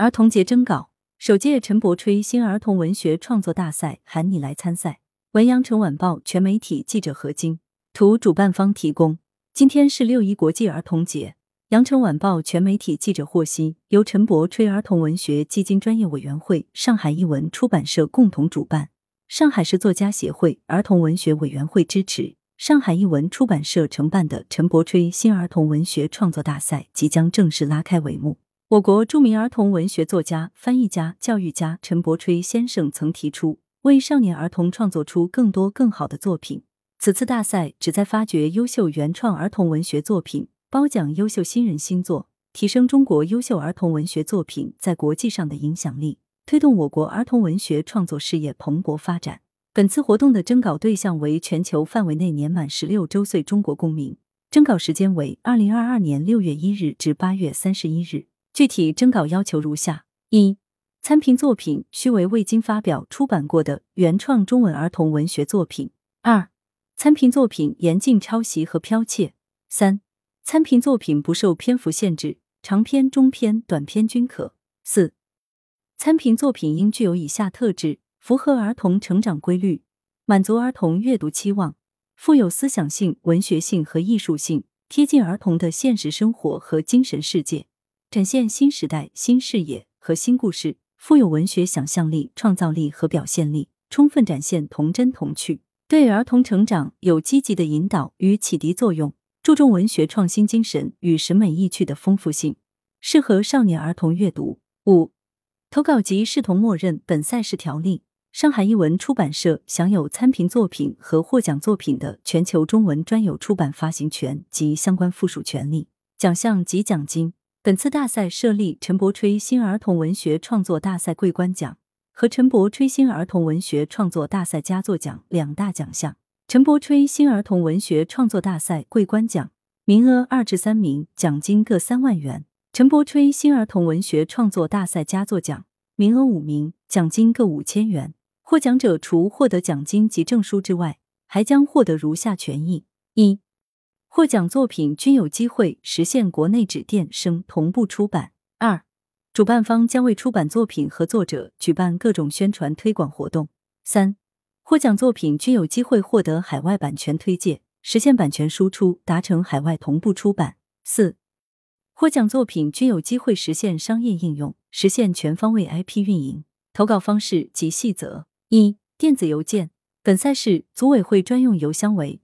儿童节征稿，首届陈伯吹新儿童文学创作大赛喊你来参赛。文阳城晚报全媒体记者何晶，图主办方提供。今天是6·1国际儿童节。羊城晚报全媒体记者获悉，由陈伯吹儿童文学基金专业委员会、上海译文出版社共同主办，上海市作家协会儿童文学委员会支持，上海译文出版社承办的陈伯吹新儿童文学创作大赛即将正式拉开帷幕。我国著名儿童文学作家、翻译家、教育家陈伯吹先生曾提出，为少年儿童创作出更多更好的作品。此次大赛旨在发掘优秀原创儿童文学作品，褒奖优秀新人新作，提升中国优秀儿童文学作品在国际上的影响力，推动我国儿童文学创作事业蓬勃发展。本次活动的征稿对象为全球范围内年满16周岁中国公民，征稿时间为2022年6月1日至8月31日。具体征稿要求如下： 1. 参评作品须为未经发表出版过的原创中文儿童文学作品。 2. 参评作品严禁抄袭和剽窃。 3. 参评作品不受篇幅限制，长篇、中篇、短篇均可。 4. 参评作品应具有以下特质：符合儿童成长规律，满足儿童阅读期望，富有思想性、文学性和艺术性，贴近儿童的现实生活和精神世界，展现新时代、新视野和新故事，富有文学想象力、创造力和表现力，充分展现童真童趣，对儿童成长有积极的引导与启迪作用，注重文学创新精神与审美意趣的丰富性，适合少年儿童阅读。5. 投稿及视同默认本赛事条例。上海译文出版社享有参评作品和获奖作品的全球中文专有出版发行权及相关附属权利。奖项及奖金。本次大赛设立陈伯吹新儿童文学创作大赛桂冠奖和陈伯吹新儿童文学创作大赛佳作奖两大奖项。陈伯吹新儿童文学创作大赛桂冠奖，名额2至3名，奖金各3万元。陈伯吹新儿童文学创作大赛佳作奖，名额5名，奖金各5000元。获奖者除获得奖金及证书之外，还将获得如下权益： 1. 获奖作品均有机会实现国内纸电声同步出版。 2. 主办方将为出版作品和作者举办各种宣传推广活动。 3. 获奖作品均有机会获得海外版权推介，实现版权输出，达成海外同步出版。 4. 获奖作品均有机会实现商业应用，实现全方位 IP 运营。投稿方式及细则。 1. 电子邮件。本赛事组委会专用邮箱为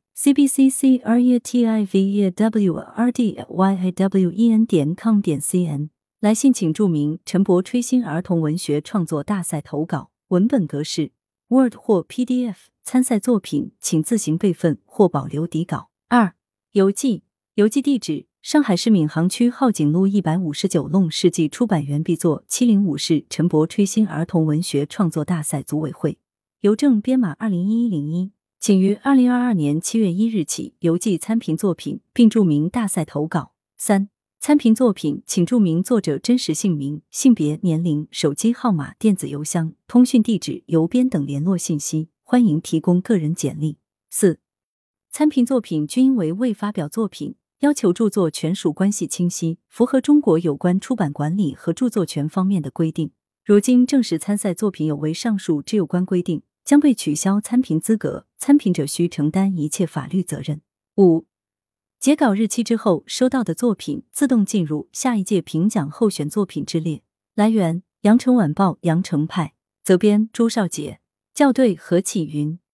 cbccreativawrd@yawen.com.cn， 来信请注明陈伯吹新儿童文学创作大赛投稿，文本格式 Word 或 PDF， 参赛作品请自行备份或保留底稿。 2. 邮寄。邮寄地址：上海市闵行区浩景路159弄世纪出版园 B 座705室陈伯吹新儿童文学创作大赛组委会，邮政编码201101，请于2022年7月1日起邮寄参评作品，并注明大赛投稿。 3. 参评作品请注明作者真实姓名、性别、年龄、手机号码、电子邮箱、通讯地址、邮编等联络信息，欢迎提供个人简历。 4. 参评作品均为未发表作品，要求著作权属关系清晰，符合中国有关出版管理和著作权方面的规定。如经证实参赛作品有违上述之有关规定，将被取消参评资格，参评者需承担一切法律责任。 5. 截稿日期之后收到的作品自动进入下一届评奖候选作品之列。来源：羊城晚报羊城派，责编：朱少杰，校对：何启云。